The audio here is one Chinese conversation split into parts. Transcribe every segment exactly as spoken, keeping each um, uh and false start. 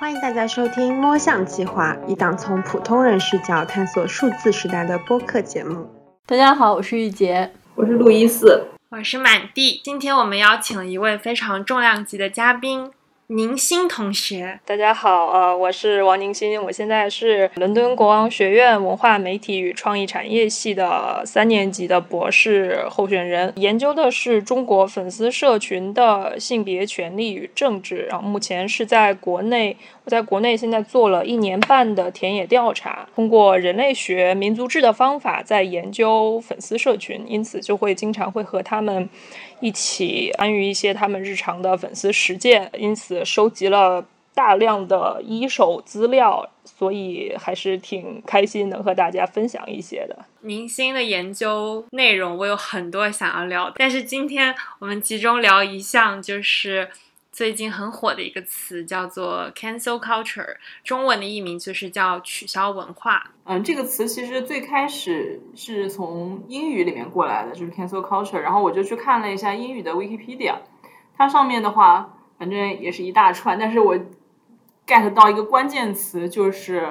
欢迎大家收听摸象计划，一档从普通人视角探索数字时代的播客节目。 大家好，我是玉洁， 我是路易斯， 我是满地。今天我们邀请了一位非常重量级的嘉宾，宁馨同学。 大家好，呃，我是王宁馨，我现在是伦敦国王学院文化媒体与创意产业系的三年级的博士候选人，研究的是中国粉丝社群的性别权利与政治。然后目前是在国内，我在国内现在做了一年半的田野调查，通过人类学、民族志的方法在研究粉丝社群，因此就会经常会和他们一起参与一些他们日常的粉丝实践，因此收集了大量的一手资料，所以还是挺开心能和大家分享一些的。 宁馨的研究内容我有很多想要聊的，但是今天我们集中聊一项，就是最近很火的一个词，叫做 cancel culture， 中文的译名就是叫取消文化。 嗯，这个词其实最开始是从英语里面过来的，就是 cancel culture。然后我就去看了一下英语的 Wikipedia， 它上面的话，反正也是一大串，但是我 get 到一个关键词，就是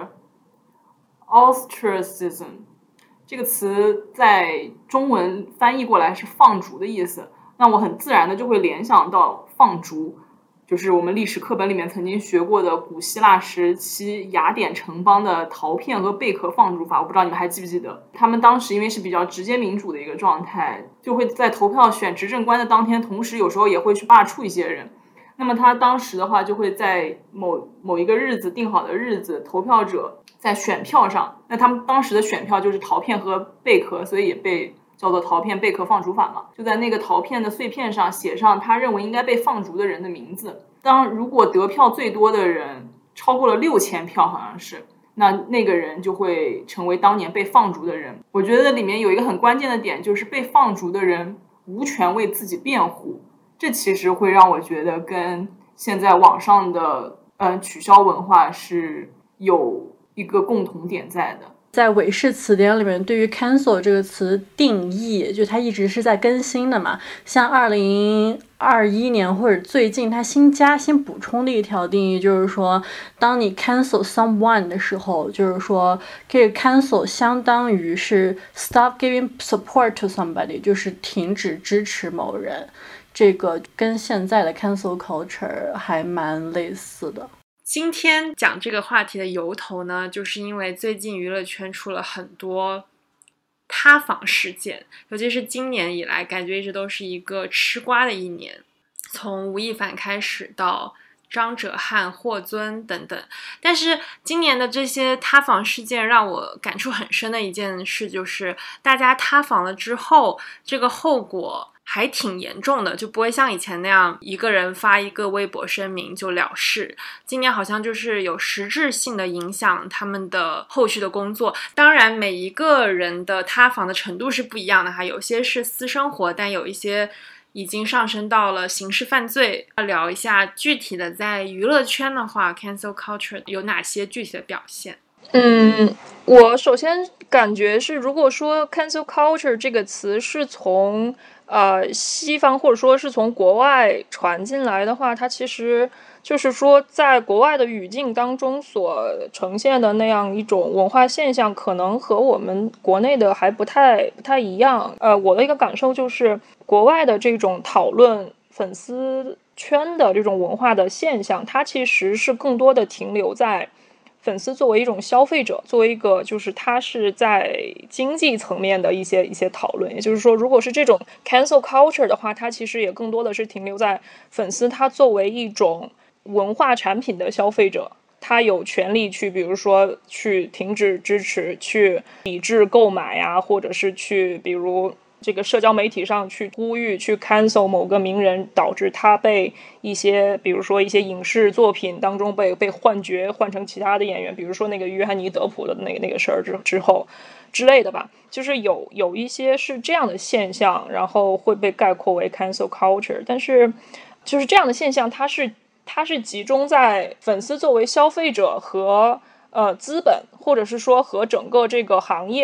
ostracism。这个词在中文翻译过来是放逐的意思，那我很自然的就会联想到放逐。就是我们历史课本里面曾经学过的古希腊时期雅典城邦的陶片和贝壳放逐法，我不知道你们还记不记得。他们当时因为是比较直接民主的一个状态，就会在投票选执政官的当天，同时有时候也会去罢黜一些人。那么他当时的话就会在某某一个日子定好的日子，投票者在选票上，那他们当时的选票就是陶片和贝壳，所以也被叫做陶片贝壳放逐法嘛，就在那个陶片的碎片上写上他认为应该被放逐的人的名字。当如果得票最多的人超过了六千票，好像是，那那个人就会成为当年被放逐的人。我觉得里面有一个很关键的点，就是被放逐的人无权为自己辩护，这其实会让我觉得跟现在网上的呃取消文化是有一个共同点在的。 在韦氏词典里面，对于 cancel 这个词定义，就它一直是在更新的嘛。像二零二一年或者最近，它新加新补充的一条定义，就是说，当你 cancel someone 的时候，就是说，这个 cancel 相当于是 stop giving support to somebody， 就是停止支持某人。这个跟现在的 cancel culture 还蛮类似的。 今天讲这个话题的由头呢，就是因为最近娱乐圈出了很多塌房事件，尤其是今年以来，感觉一直都是一个吃瓜的一年，从吴亦凡开始到张哲瀚、霍尊等等。但是今年的这些塌房事件让我感触很深的一件事，就是大家塌房了之后，这个后果还挺严重的，就不会像以前那样一个人发一个微博声明就了事。今年好像就是有实质性的影响他们的后续的工作。当然每一个人的塌房的程度是不一样的哈，有些是私生活，但有一些已经上升到了刑事犯罪。要聊一下具体的在娱乐圈的话 cancel culture 有哪些具体的表现。 嗯，我首先感觉是，如果说 cancel culture 这个词是从呃西方或者说是从国外传进来的话，它其实就是说在国外的语境当中所呈现的那样一种文化现象，可能和我们国内的还不太不太一样。呃，我的一个感受就是，国外的这种讨论粉丝圈的这种文化的现象，它其实是更多的停留在粉丝作为一种消费者，作为一个就是它是在经济层面的一些一些讨论。也就是说，如果是这种 cancel culture 的话，它其实也更多的是停留在粉丝他作为一种文化产品的消费者，他有权利去比如说去停止支持，去抵制购买呀，或者是去比如这个社交媒体上去呼吁去 cancel 某个名人，导致他被一些比如说一些影视作品当中被被换角换成其他的演员，比如说那个约翰尼德普的那个那个事儿之之后之类的吧，就是有有一些是这样的现象，然后会被概括为 cancel culture。但是就是这样的现象，它是它是集中在粉丝作为消费者和呃资本，或者是说和整个这个行业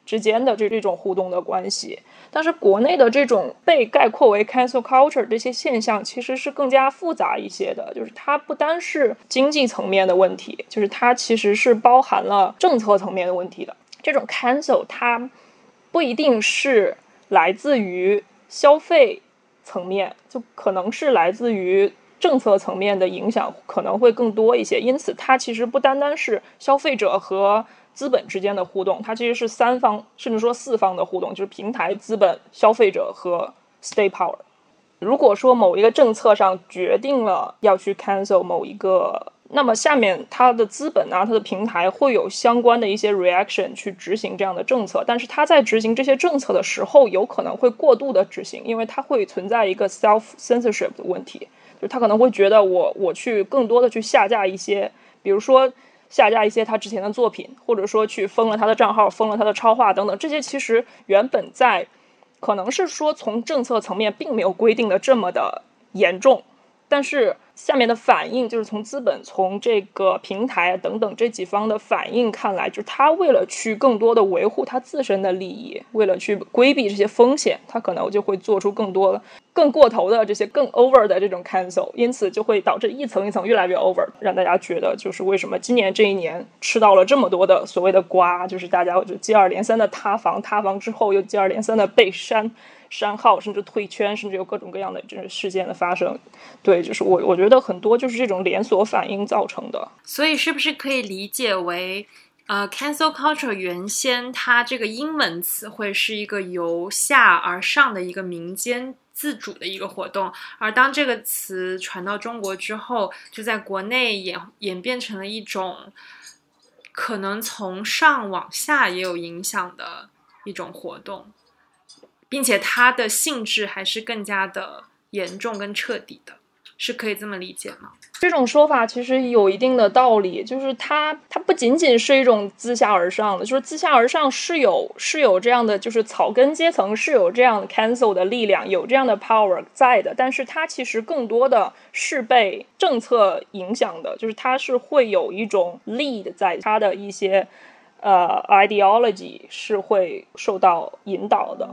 之间的这这种互动的关系。但是国内的这种被概括为 cancel culture 这些现象其实是更加复杂一些的，就是它不单是经济层面的问题，就是它其实是包含了政策层面的问题的。这种 cancel 它不一定是来自于消费层面，就可能是来自于政策层面的影响可能会更多一些，因此它其实不单单是消费者和资本之间的互动，它其实是三方甚至说四方的互动，就是平台、资本、消费者和 state power。 如果说某一个政策上决定了要去 cancel 某一个，那么下面它的资本啊，它的平台会有相关的一些 reaction 去执行这样的政策，但是它在执行这些政策的时候有可能会过度的执行，因为它会存在一个 self censorship 的问题，就是他可能会觉得我我去更多的去下架一些，比如说下架一些他之前的作品，或者说去封了他的账号，封了他的超话等等，这些其实原本在可能是说从政策层面并没有规定的这么的严重，但是下面的反应就是从资本、从这个平台等等这几方的反应看来，就是他为了去更多的维护他自身的利益，为了去规避这些风险，他可能就会做出更多更过头的这些更 over 的这种 cancel， 因此就会导致一层一层越来越 over， 让大家觉得就是为什么今年这一年吃到了这么多的所谓的瓜，就是大家就接二连三的塌房，塌房之后又接二连三的被删删号，甚至退圈，甚至有各种各样的这种事件的发生。对，就是我我觉得很多就是这种连锁反应造成的。 所以是不是可以理解为呃 cancel culture 原先它这个英文词汇是一个由下而上的一个民间自主的一个活动，而当这个词传到中国之后，就在国内演演变成了一种可能从上往下也有影响的一种活动，并且它的性质还是更加的严重跟彻底的，是可以这么理解吗？ 这种说法其实有一定的道理，就是它它不仅仅是一种自下而上的，就是自下而上是有是有这样的，就是草根阶层是有这样的 cancel 的力量，有这样的 power 在的，但是它其实更多的是被政策影响的，就是它是会有一种 lead 在它的一些呃 ideology 是会受到引导的。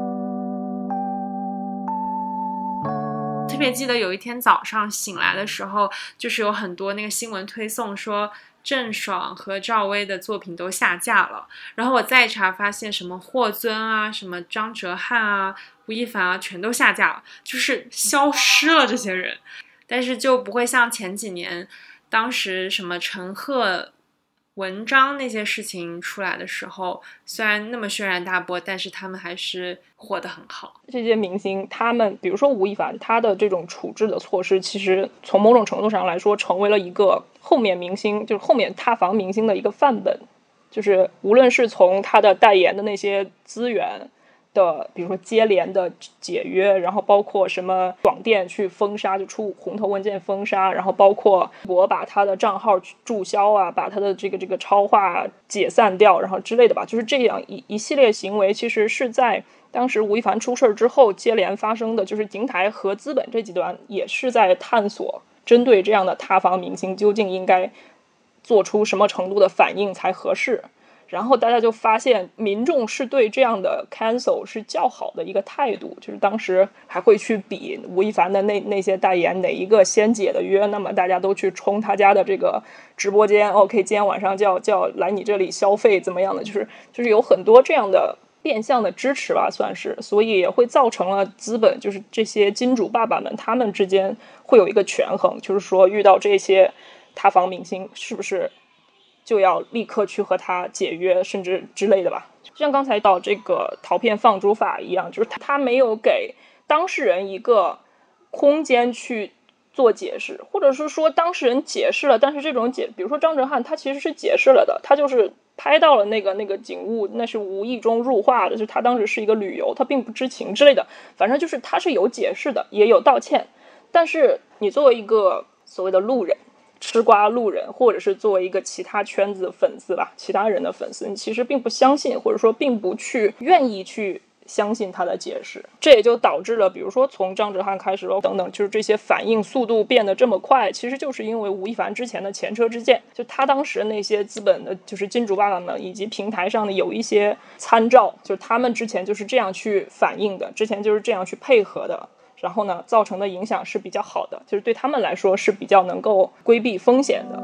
特别记得有一天早上醒来的时候，就是有很多那个新闻推送说郑爽和赵薇的作品都下架了，然后我再查发现什么霍尊啊、什么张哲瀚啊、吴亦凡啊全都下架了，就是消失了这些人。但是就不会像前几年当时什么陈赫文章那些事情出来的时候，虽然那么轩然大波，但是他们还是活得很好。 这些明星他们比如说吴亦凡，他的这种处置的措施其实从某种程度上来说成为了一个后面明星就是后面塌房明星的一个范本，就是无论是从他的代言的那些资源的比如说接连的解约，然后包括什么广电去封杀，就出红头文件封杀，然后包括我把他的账号注销啊，把他的这个这个超话解散掉，然后之类的吧，就是这样一一系列行为，其实是在当时吴亦凡出事之后接连发生的，就是平台和资本这几端也是在探索针对这样的塌房明星究竟应该做出什么程度的反应才合适。然后大家就发现民众是对这样的 cancel 是较好的一个态度，就是当时还会去比吴亦凡的那那些代言哪一个先解的约，那么大家都去冲他家的这个直播间 OK 今天晚上就要就要来你这里消费怎么样的，就是就是有很多这样的变相的支持吧算是，所以也会造成了资本就是这些金主爸爸们他们之间会有一个权衡，就是说遇到这些塌房明星是不是就要立刻去和他解约甚至之类的吧。就像刚才到这个陶片放逐法一样，就是他没有给当事人一个空间去做解释，或者是说当事人解释了，但是这种解比如说张哲瀚他其实是解释了的，他就是拍到了那个那个景物，那是无意中入画的，就是他当时是一个旅游，他并不知情之类的，反正就是他是有解释的也有道歉，但是你作为一个所谓的路人吃瓜路人，或者是作为一个其他圈子粉丝吧，其他人的粉丝，你其实并不相信，或者说并不去愿意去相信他的解释。这也就导致了比如说从张哲瀚开始等等，就是这些反应速度变得这么快，其实就是因为吴亦凡之前的前车之鉴，就他当时那些资本的就是金主爸爸们以及平台上的有一些参照，就是他们之前就是这样去反应的，之前就是这样去配合的，然后呢造成的影响是比较好的，就是对他们来说是比较能够规避风险的。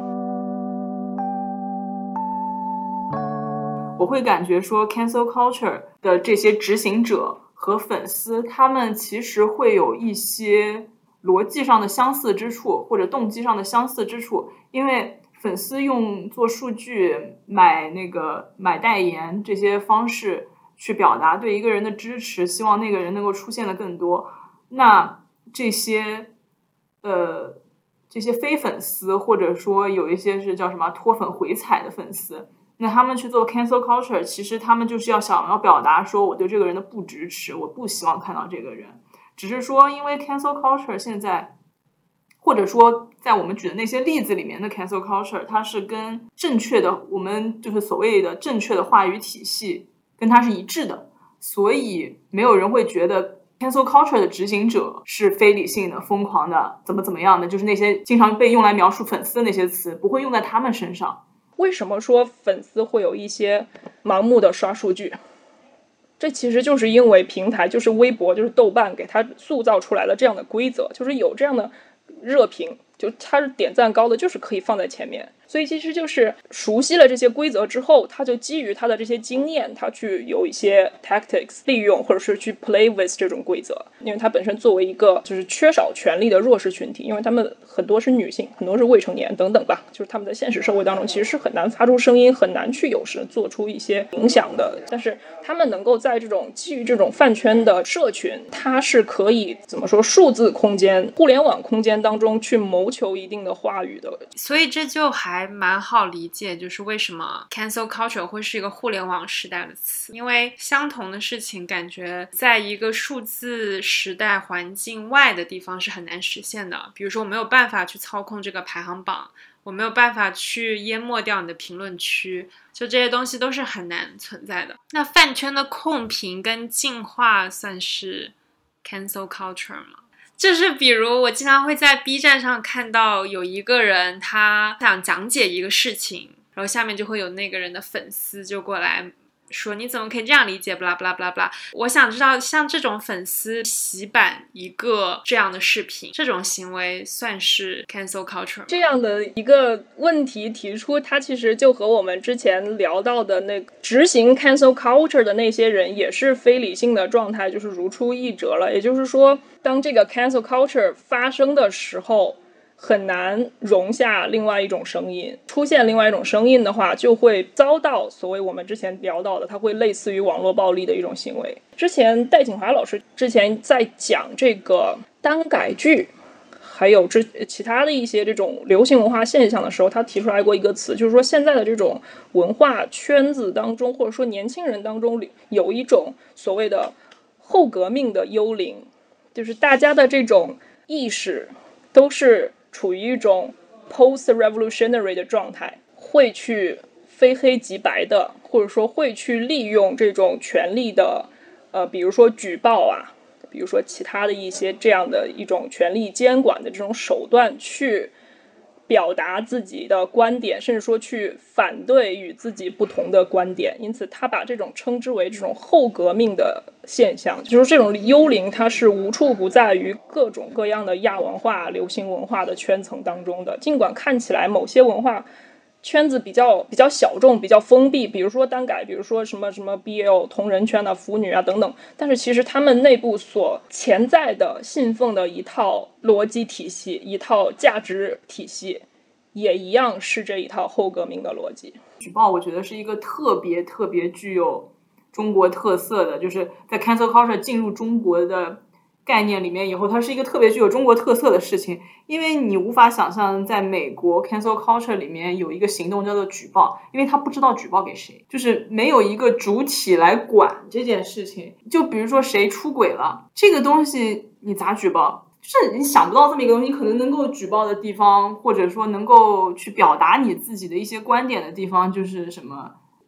我会感觉说 cancel culture 的这些执行者和粉丝，他们其实会有一些逻辑上的相似之处，或者动机上的相似之处。因为粉丝用做数据、买那个买代言这些方式去表达对一个人的支持，希望那个人能够出现的更多。那这些呃这些非粉丝，或者说有一些是叫什么脱粉回踩的粉丝，那他们去做 cancel culture， 其实他们就是要想要表达说我对这个人的不支持，我不希望看到这个人。只是说因为 cancel culture 现在，或者说在我们举的那些例子里面的 cancel culture， 它是跟正确的我们就是所谓的正确的话语体系跟它是一致的，所以没有人会觉得 cancel culture 的执行者是非理性的、疯狂的、怎么怎么样的，就是那些经常被用来描述粉丝的那些词不会用在他们身上。 为什么说粉丝会有一些盲目的刷数据？这其实就是因为平台，就是微博，就是豆瓣给它塑造出来了这样的规则，就是有这样的热评，就它点赞高的就是可以放在前面。所以其实就是熟悉了这些规则之后，他就基于他的这些经验，他去有一些 tactics 利用，或者是去 play with 这种规则。因为他本身作为一个就是缺少权利的弱势群体，因为他们很多是女性，很多是未成年等等吧，就是他们在现实社会当中其实是很难发出声音，很难去有时做出一些影响的。但是他们能够在这种基于这种饭圈的社群，它是可以怎么说数字空间、互联网空间当中去谋求一定的话语的。 所以这就还还蛮好理解，就是为什么 cancel culture 会是一个互联网时代的词，因为相同的事情感觉在一个数字时代环境外的地方是很难实现的。比如说我没有办法去操控这个排行榜，我没有办法去淹没掉你的评论区，就这些东西都是很难存在的。那饭圈的控评跟进化算是 cancel culture 吗？就是比如我经常会在 B 站上看到有一个人他想讲解一个事情，然后下面就会有那个人的粉丝就过来说你怎么可以这样理解 blah blah blah blah。 我想知道像这种粉丝洗版一个这样的视频，这种行为算是 cancel culture 吗？ 这样的一个问题提出，它其实就和我们之前聊到的那个执行 cancel culture 的那些人也是非理性的状态，就是如出一辙了。也就是说当这个 cancel culture 发生的时候，很难容下另外一种声音，出现另外一种声音的话，就会遭到所谓我们之前聊到的，它会类似于网络暴力的一种行为。之前戴锦华老师之前在讲这个耽改剧还有之其他的一些这种流行文化现象的时候，他提出来过一个词，就是说现在的这种文化圈子当中，或者说年轻人当中有一种所谓的后革命的幽灵，就是大家的这种意识都是处于一种 post-revolutionary 的状态，会去非黑即白的，或者说会去利用这种权力的呃，比如说举报啊，比如说其他的一些这样的一种权力监管的这种手段去表达自己的观点，甚至说去反对与自己不同的观点。因此他把这种称之为这种后革命的现象，就是这种幽灵它是无处不在于各种各样的亚文化流行文化的圈层当中的。尽管看起来某些文化圈子比较比较小众，比较封闭，比如说耽改，比如说什么什么 B L 同人圈啊、腐女啊等等，但是其实他们内部所潜在的信奉的一套逻辑体系、一套价值体系，也一样是这一套后革命的逻辑。 举报我觉得是一个特别特别具有中国特色的，就是在 cancel culture 进入中国的概念里面以后，它是一个特别具有中国特色的事情。因为你无法想象在美国 cancel culture 里面有一个行动叫做举报，因为他不知道举报给谁，就是没有一个主体来管这件事情。就比如说谁出轨了，这个东西你咋举报？就是你想不到这么一个东西，可能能够举报的地方，或者说能够去表达你自己的一些观点的地方，就是什么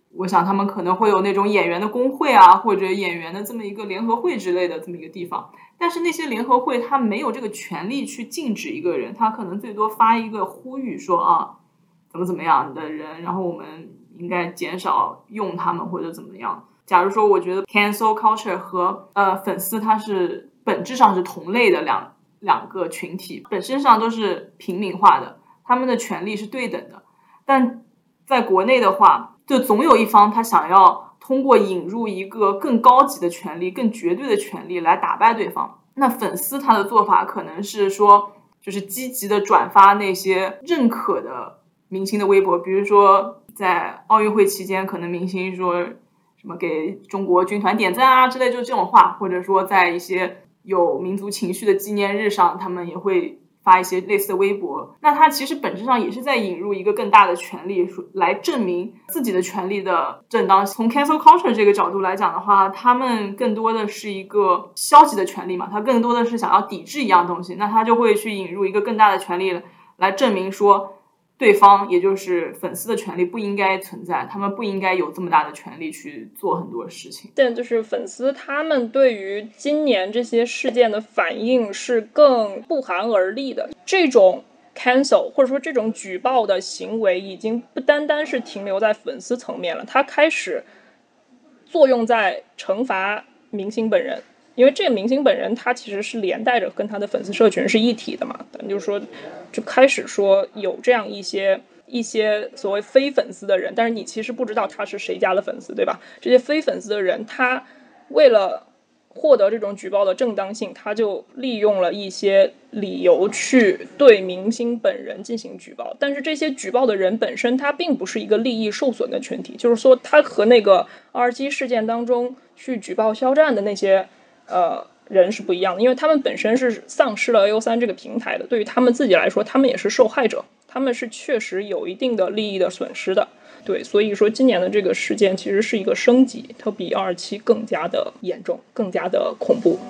我想他们可能会有那种演员的工会啊，或者演员的这么一个联合会之类的这么一个地方。但是那些联合会他没有这个权利去禁止一个人，他可能最多发一个呼吁说啊，怎么怎么样的人，然后我们应该减少用他们或者怎么样。假如说我觉得 cancel culture 和呃粉丝它是本质上是同类的两两个群体，本身上都是平民化的，他们的权利是对等的。但在国内的话，就总有一方他想要通过引入一个更高级的权利、更绝对的权利来打败对方。那粉丝他的做法可能是说，就是积极的转发那些认可的明星的微博，比如说在奥运会期间，可能明星说什么给中国军团点赞啊之类，就这种话，或者说在一些有民族情绪的纪念日上，他们也会发一些类似的微博。那他其实本质上也是在引入一个更大的权利来证明自己的权利的正当性。从 cancel culture 这个角度来讲的话，他们更多的是一个消极的权利嘛，他更多的是想要抵制一样东西，那他就会去引入一个更大的权利来证明说对方也就是粉丝的权利不应该存在，他们不应该有这么大的权利去做很多事情。 但就是粉丝他们对于今年这些事件的反应是更不寒而栗的，这种 cancel 或者说这种举报的行为已经不单单是停留在粉丝层面了，它开始作用在惩罚明星本人。因为这个明星本人他其实是连带着跟他的粉丝社群是一体的嘛，就是说就开始说有这样一些一些所谓非粉丝的人，但是你其实不知道他是谁家的粉丝，对吧？这些非粉丝的人他为了获得这种举报的正当性，他就利用了一些理由去对明星本人进行举报，但是这些举报的人本身他并不是一个利益受损的群体，就是说他和那个二十七事件当中去举报肖战的那些呃，人是不一样的，因为他们本身是丧失了 A O 三 这个平台的，对于他们自己来说，他们也是受害者，他们是确实有一定的利益的损失的。对，所以说今年的这个事件其实是一个升级，它比二十七更加的严重，更加的恐怖。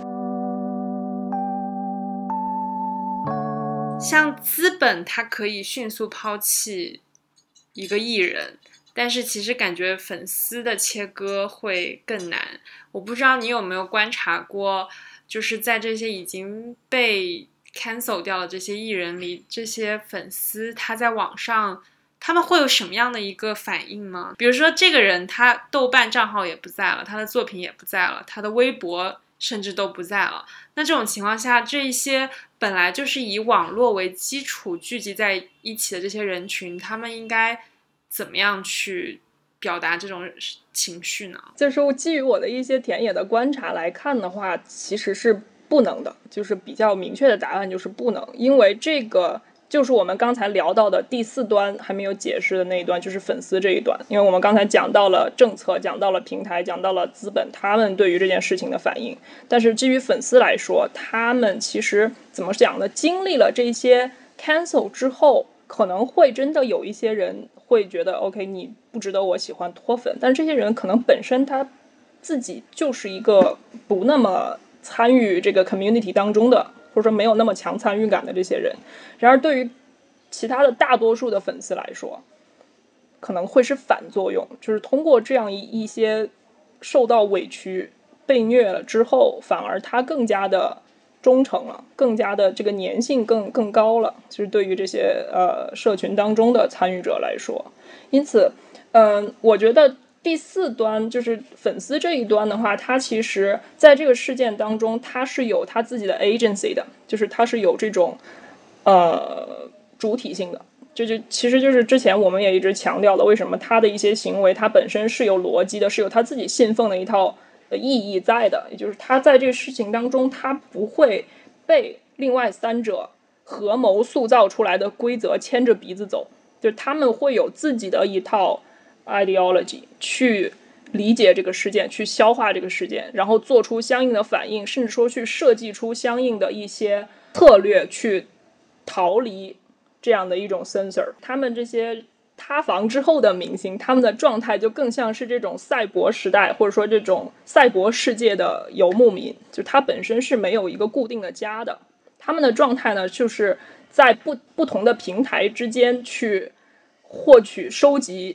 像资本，它可以迅速抛弃一个艺人，但是其实感觉粉丝的切割会更难。我不知道你有没有观察过，就是在这些已经被 cancel 掉的这些艺人里，这些粉丝他在网上他们会有什么样的一个反应吗？比如说这个人他豆瓣账号也不在了，他的作品也不在了，他的微博甚至都不在了，那这种情况下，这一些本来就是以网络为基础聚集在一起的这些人群，他们应该怎么样去表达这种情绪呢？ 就是基于我的一些田野的观察来看的话，其实是不能的，就是比较明确的答案就是不能，因为这个就是我们刚才聊到的第四端还没有解释的那一端，就是粉丝这一端。因为我们刚才讲到了政策，讲到了平台，讲到了资本，他们对于这件事情的反应。但是基于粉丝来说，他们其实怎么讲呢？经历了这些 cancel 之后，可能会真的有一些人会觉得 OK 你不值得我喜欢脱粉，但这些人可能本身他自己就是一个不那么参与这个 community 当中的，或者说没有那么强参与感的这些人。然而对于其他的大多数的粉丝来说，可能会是反作用，就是通过这样一一些受到委屈被虐了之后，反而他更加的忠诚了，更加的这个粘性更更高了，就是对于这些呃社群当中的参与者来说。因此嗯、呃，我觉得第四端就是粉丝这一端的话，他其实在这个事件当中他是有他自己的 agency 的，就是他是有这种呃主体性的。这就其实就是之前我们也一直强调的，为什么他的一些行为他本身是有逻辑的，是有他自己信奉的一套意义在的，也就是他在这个事情当中他不会被另外三者合谋塑造出来的规则牵着鼻子走，就是他们会有自己的一套 ideology 去理解这个事件，去消化这个事件，然后做出相应的反应，甚至说去设计出相应的一些策略去逃离这样的一种 censor。 他们这些塌房之后的明星，他们的状态就更像是这种赛博时代，或者说这种赛博世界的游牧民，就他本身是没有一个固定的家的，他们的状态呢，就是在不不同的平台之间去获取收集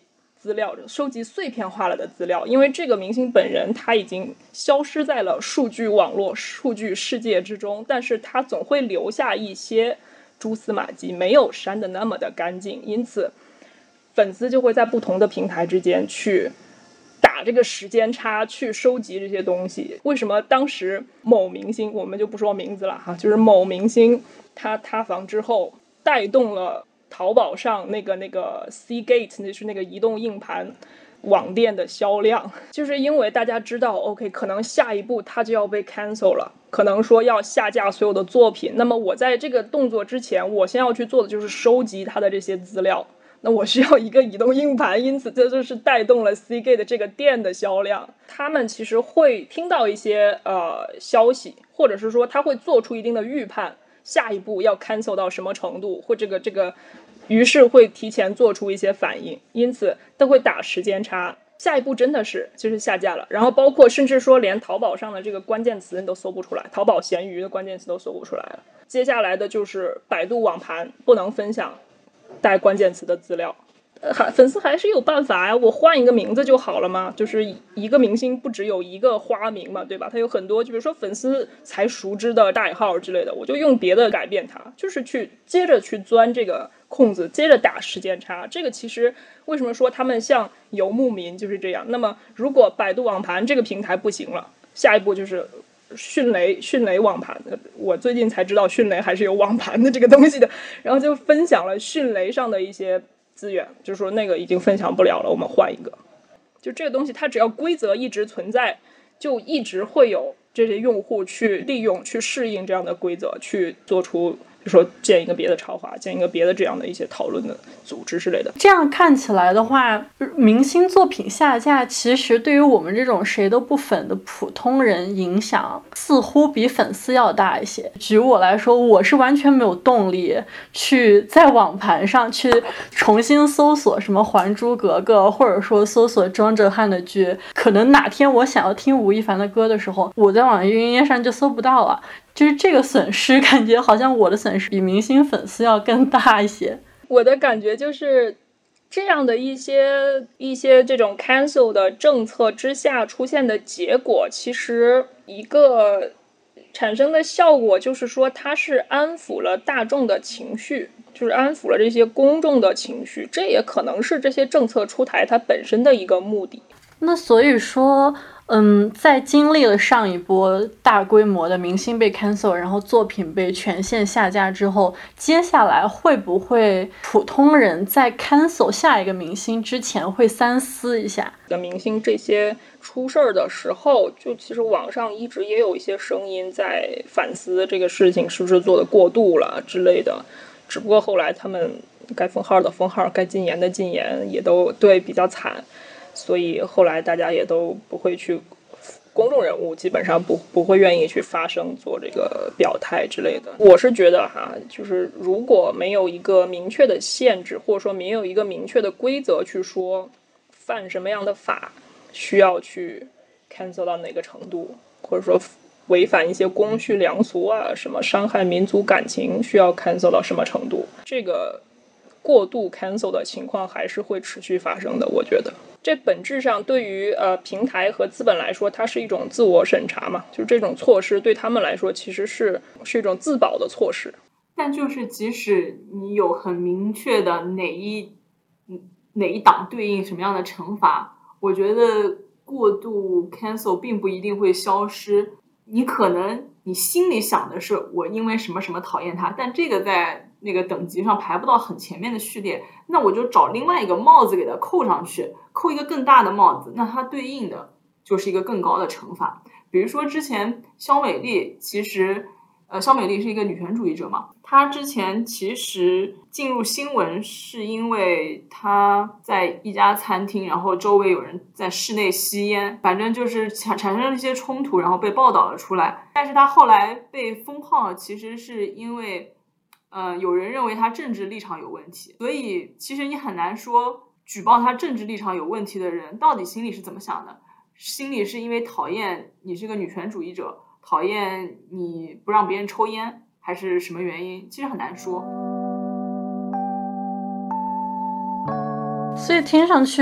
资料，收集碎片化了的资料，因为这个明星本人他已经消失在了数据网络、数据世界之中，但是他总会留下一些蛛丝马迹，没有删的那么的干净，因此粉丝就会在不同的平台之间去打这个时间差，去收集这些东西。为什么当时某明星，我们就不说名字了哈，就是某明星他塌房之后带动了淘宝上那个那个 Seagate， 那是那个移动硬盘网店的销量，就是因为大家知道 OK 可能下一步它就要被 cancel 了，可能说要下架所有的作品，那么我在这个动作之前，我先要去做的就是收集它的这些资料，那我需要一个移动硬盘，因此这就是带动了 Seagate 这个店的销量。他们其实会听到一些呃消息，或者是说他会做出一定的预判，下一步要 cancel 到什么程度，或这个这个于是会提前做出一些反应，因此都会打时间差，下一步真的是就是下架了。然后包括甚至说连淘宝上的这个关键词你都搜不出来，淘宝闲鱼的关键词都搜不出来了。接下来的就是百度网盘不能分享带关键词的资料，呃，粉丝还是有办法呀，我换一个名字就好了嘛。就是一个明星不只有一个花名嘛，对吧？他有很多，就比如说粉丝才熟知的代号之类的，我就用别的改变它，就是去接着去钻这个空子，接着打时间差。这个其实为什么说他们像游牧民就是这样。那么如果百度网盘这个平台不行了，下一步就是迅雷迅雷网盘，我最近才知道迅雷还是有网盘的这个东西的，然后就分享了迅雷上的一些资源，就是说那个已经分享不了了，我们换一个。就这个东西它只要规则一直存在，就一直会有这些用户去利用去适应这样的规则，去做出比如说建一个别的超话，建一个别的这样的一些讨论的组织之类的。 这样看起来的话，明星作品下架其实对于我们这种谁都不粉的普通人影响似乎比粉丝要大一些。举我来说，我是完全没有动力去在网盘上去重新搜索什么《还珠格格》，或者说搜索庄哲瀚的剧。可能哪天我想要听吴亦凡的歌的时候，我在网易云音乐上就搜不到了。就是这个损失，感觉好像我的损失比明星粉丝要更大一些。 我的感觉就是这样的一些一些这种 cancel 的政策之下出现的结果，其实一个产生的效果就是说它是安抚了大众的情绪，就是安抚了这些公众的情绪，这也可能是这些政策出台它本身的一个目的。 那所以说嗯，在经历了上一波大规模的明星被 cancel， 然后作品被全线下架之后，接下来会不会普通人在 cancel 下一个明星之前会三思一下？ 明星这些出事儿的时候，就其实网上一直也有一些声音在反思这个事情是不是做的过度了之类的，只不过后来他们该封号的封号，该禁言的禁言，也都对比较惨。所以后来大家也都不会去，公众人物基本上不不会愿意去发声做这个表态之类的。我是觉得哈，就是如果没有一个明确的限制，或者说没有一个明确的规则去说犯什么样的法需要去 cancel 到哪个程度，或者说违反一些公序良俗啊，什么伤害民族感情需要 cancel 到什么程度，这个过度 cancel 的情况还是会持续发生的。我觉得这本质上对于呃平台和资本来说，它是一种自我审查嘛，就是这种措施对他们来说其实是是一种自保的措施。 但就是即使你有很明确的哪一哪一档对应什么样的惩罚，我觉得过度 cancel 并不一定会消失。你可能你心里想的是我因为什么什么讨厌他，但这个在那个等级上排不到很前面的序列，那我就找另外一个帽子给它扣上去，扣一个更大的帽子，那它对应的就是一个更高的惩罚。比如说之前肖美丽，其实呃，肖美丽是一个女权主义者嘛，她之前其实进入新闻是因为她在一家餐厅，然后周围有人在室内吸烟，反正就是产产生了一些冲突，然后被报道了出来。但是她后来被封号，其实是因为呃，有人认为她政治立场有问题，所以其实你很难说举报她政治立场有问题的人到底心里是怎么想的，心里是因为讨厌你是个女权主义者，讨厌你不让别人抽烟，还是什么原因，其实很难说。 所以听上去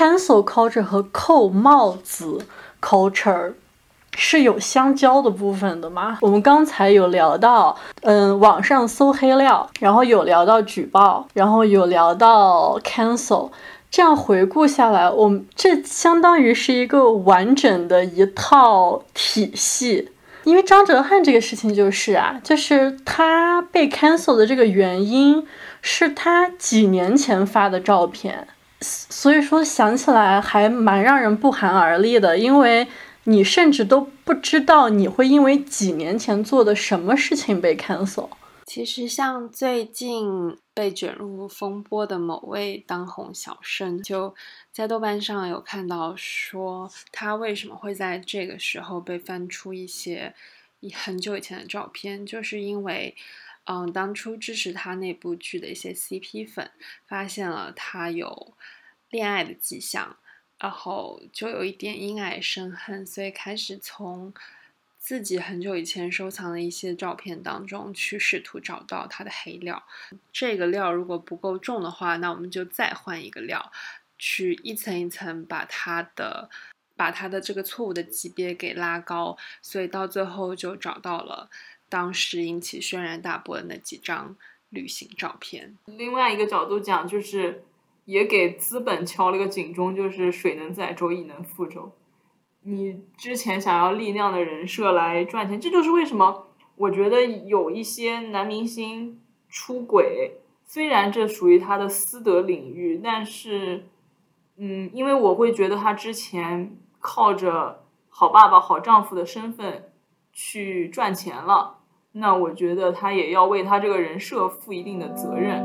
cancel culture 和扣帽子 culture是有相交的部分的吗？我们刚才有聊到，嗯，网上搜黑料，然后有聊到举报，然后有聊到 cancel。这样回顾下来，我们这相当于是一个完整的一套体系。因为张哲瀚这个事情就是啊，就是他被 cancel 的这个原因是他几年前发的照片，所以说想起来还蛮让人不寒而栗的，因为你甚至都不知道你会因为几年前做的什么事情被 cancel。 其实像最近被卷入风波的某位当红小生，就在豆瓣上有看到说他为什么会在这个时候被翻出一些很久以前的照片，就是因为嗯，当初支持他那部剧的一些 C P 粉发现了他有恋爱的迹象，然后就有一点因爱生恨，所以开始从自己很久以前收藏的一些照片当中去试图找到他的黑料。这个料如果不够重的话，那我们就再换一个料，去一层一层把他的把他的这个错误的级别给拉高，所以到最后就找到了当时引起轩然大波的那几张旅行照片。 另外一个角度讲，就是也给资本敲了个警钟，就是水能载舟亦能覆舟。你之前想要立那样的人设来赚钱，这就是为什么我觉得有一些男明星出轨，虽然这属于他的私德领域，但是嗯，因为我会觉得他之前靠着好爸爸好丈夫的身份去赚钱了，那我觉得他也要为他这个人设负一定的责任。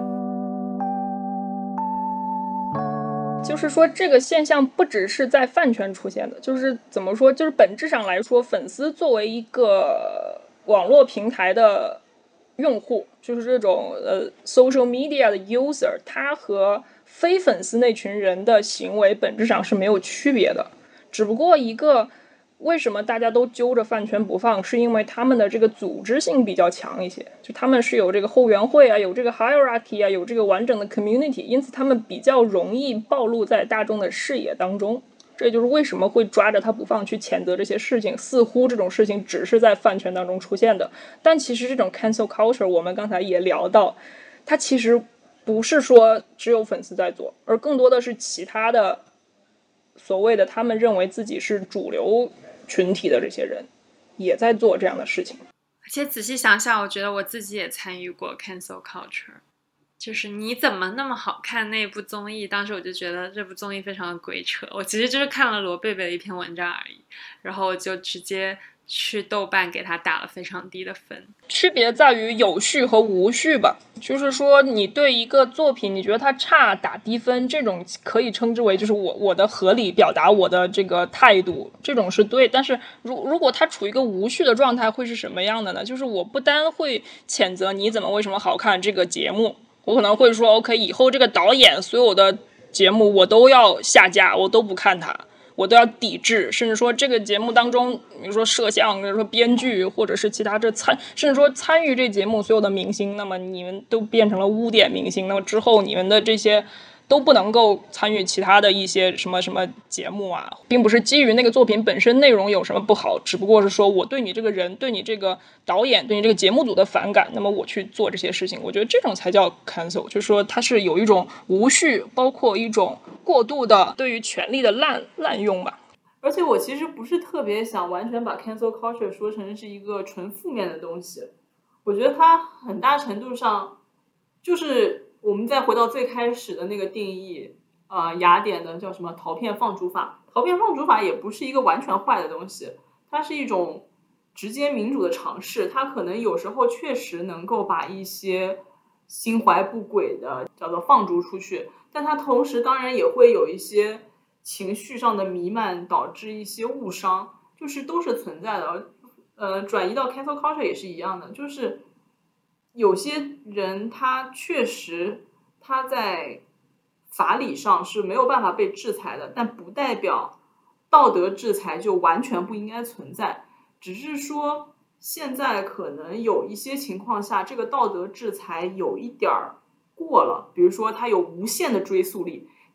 就是说这个现象不只是在饭圈出现的，就是怎么说，就是本质上来说，粉丝作为一个网络平台的用户，就是这种呃 social media 的 user， 他和非粉丝那群人的行为本质上是没有区别的，只不过一个为什么大家都揪着饭圈不放，是因为他们的这个组织性比较强一些，就他们是有这个后援会啊，有这个 hierarchy 啊，有这个完整的 community， 因此他们比较容易暴露在大众的视野当中。这就是为什么会抓着他不放去谴责这些事情，似乎这种事情只是在饭圈当中出现的，但其实这种 cancel culture 我们刚才也聊到，它其实不是说只有粉丝在做，而更多的是其他的所谓的他们认为自己是主流群体的这些人也在做这样的事情。 而且仔细想想，我觉得我自己也参与过 cancel culture， 就是你怎么那么好看那部综艺，当时我就觉得这部综艺非常的鬼扯，我其实就是看了罗贝贝的一篇文章而已，然后我就直接去豆瓣给他打了非常低的分。 区别在于有序和无序吧，就是说你对一个作品你觉得它差打低分，这种可以称之为就是我我的合理表达我的这个态度，这种是对。但是如如果它处于一个无序的状态会是什么样的呢？就是我不单会谴责你怎么为什么好看这个节目，我可能会说 OK 以后这个导演所有的节目我都要下架，我都不看它，我都要抵制，甚至说这个节目当中，比如说摄像，比如说编剧，或者是其他这参，甚至说参与这节目所有的明星，那么你们都变成了污点明星，那么之后你们的这些都不能够参与其他的一些什么什么节目啊，并不是基于那个作品本身内容有什么不好，只不过是说我对你这个人，对你这个导演，对你这个节目组的反感，那么我去做这些事情，我觉得这种才叫 cancel， 就是说它是有一种无序，包括一种过度的对于权力的滥滥用吧。 而且我其实不是特别想完全把 cancel culture 说成是一个纯负面的东西，我觉得它很大程度上就是我们再回到最开始的那个定义，呃，雅典的叫什么陶片放逐法，陶片放逐法也不是一个完全坏的东西，它是一种直接民主的尝试，它可能有时候确实能够把一些心怀不轨的叫做放逐出去，但它同时当然也会有一些情绪上的弥漫导致一些误伤，就是都是存在的。呃，转移到 cancel culture 也是一样的，就是有些人他确实他在法理上是没有办法被制裁的，但不代表道德制裁就完全不应该存在，只是说现在可能有一些情况下这个道德制裁有一点过了，比如说它有无限的追溯力，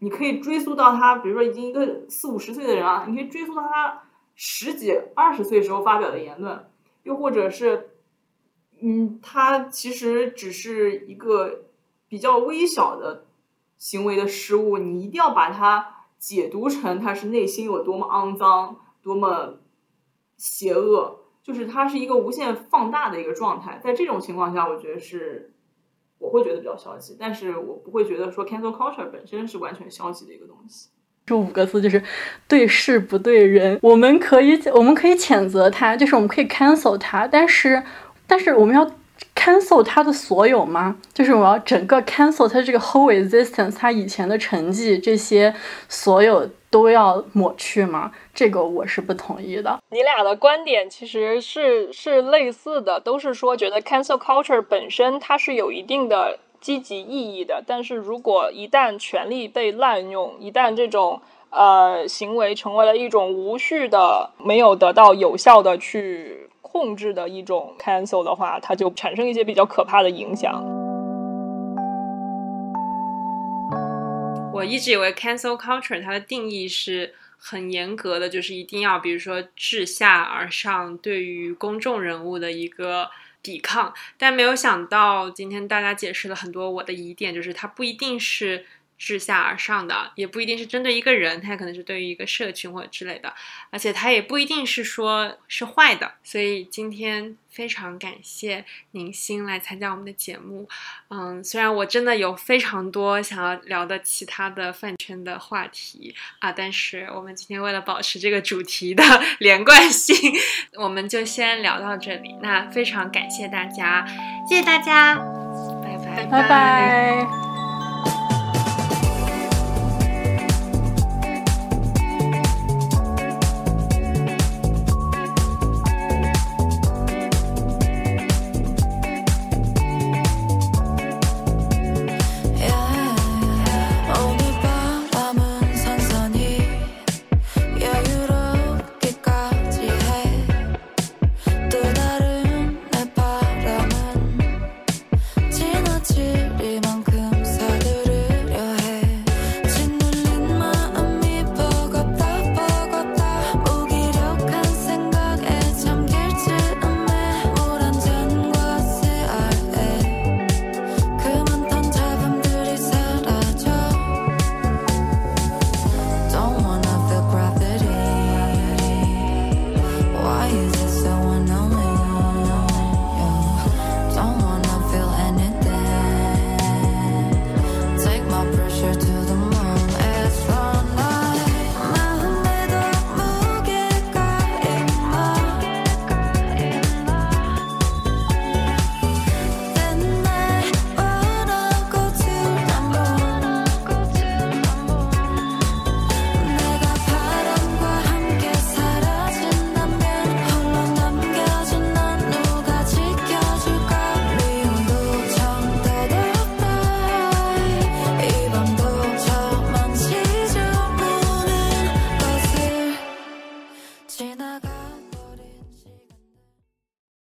你可以追溯到他，比如说已经一个四五十岁的人啊，你可以追溯到他十几、二十岁时候发表的言论，又或者是，嗯，他其实只是一个比较微小的行为的失误，你一定要把它解读成他是内心有多么肮脏、多么邪恶，就是他是一个无限放大的一个状态。在这种情况下，我觉得是我会觉得比较消极，但是我不会觉得说 cancel culture 本身是完全消极的一个东西。 这五个字就是对事不对人。我们可以我们可以谴责他，就是我们可以 cancel 他，但是但是我们要 cancel 他的所有吗？就是我要整个 cancel 他这个 whole existence， 他以前的成绩这些所有都要抹去吗？这个我是不同意的。 你俩的观点其实是是类似的，都是说觉得 cancel culture 本身它是有一定的积极意义的，但是如果一旦权力被滥用，一旦这种呃行为成为了一种无序的、没有得到有效的去控制的一种 cancel 的话，它就产生一些比较可怕的影响。 我一直以为 cancel culture 它的定义是很严格的，就是一定要比如说自下而上对于公众人物的一个抵抗，但没有想到今天大家解释了很多我的疑点，就是它不一定是自下而上的，也不一定是针对一个人，它可能是对于一个社群或者之类的，而且它也不一定是说是坏的。所以今天非常感谢宁馨来参加我们的节目。嗯，虽然我真的有非常多想要聊的其他的饭圈的话题啊，但是我们今天为了保持这个主题的连贯性，我们就先聊到这里。那非常感谢大家，谢谢大家，拜拜拜拜。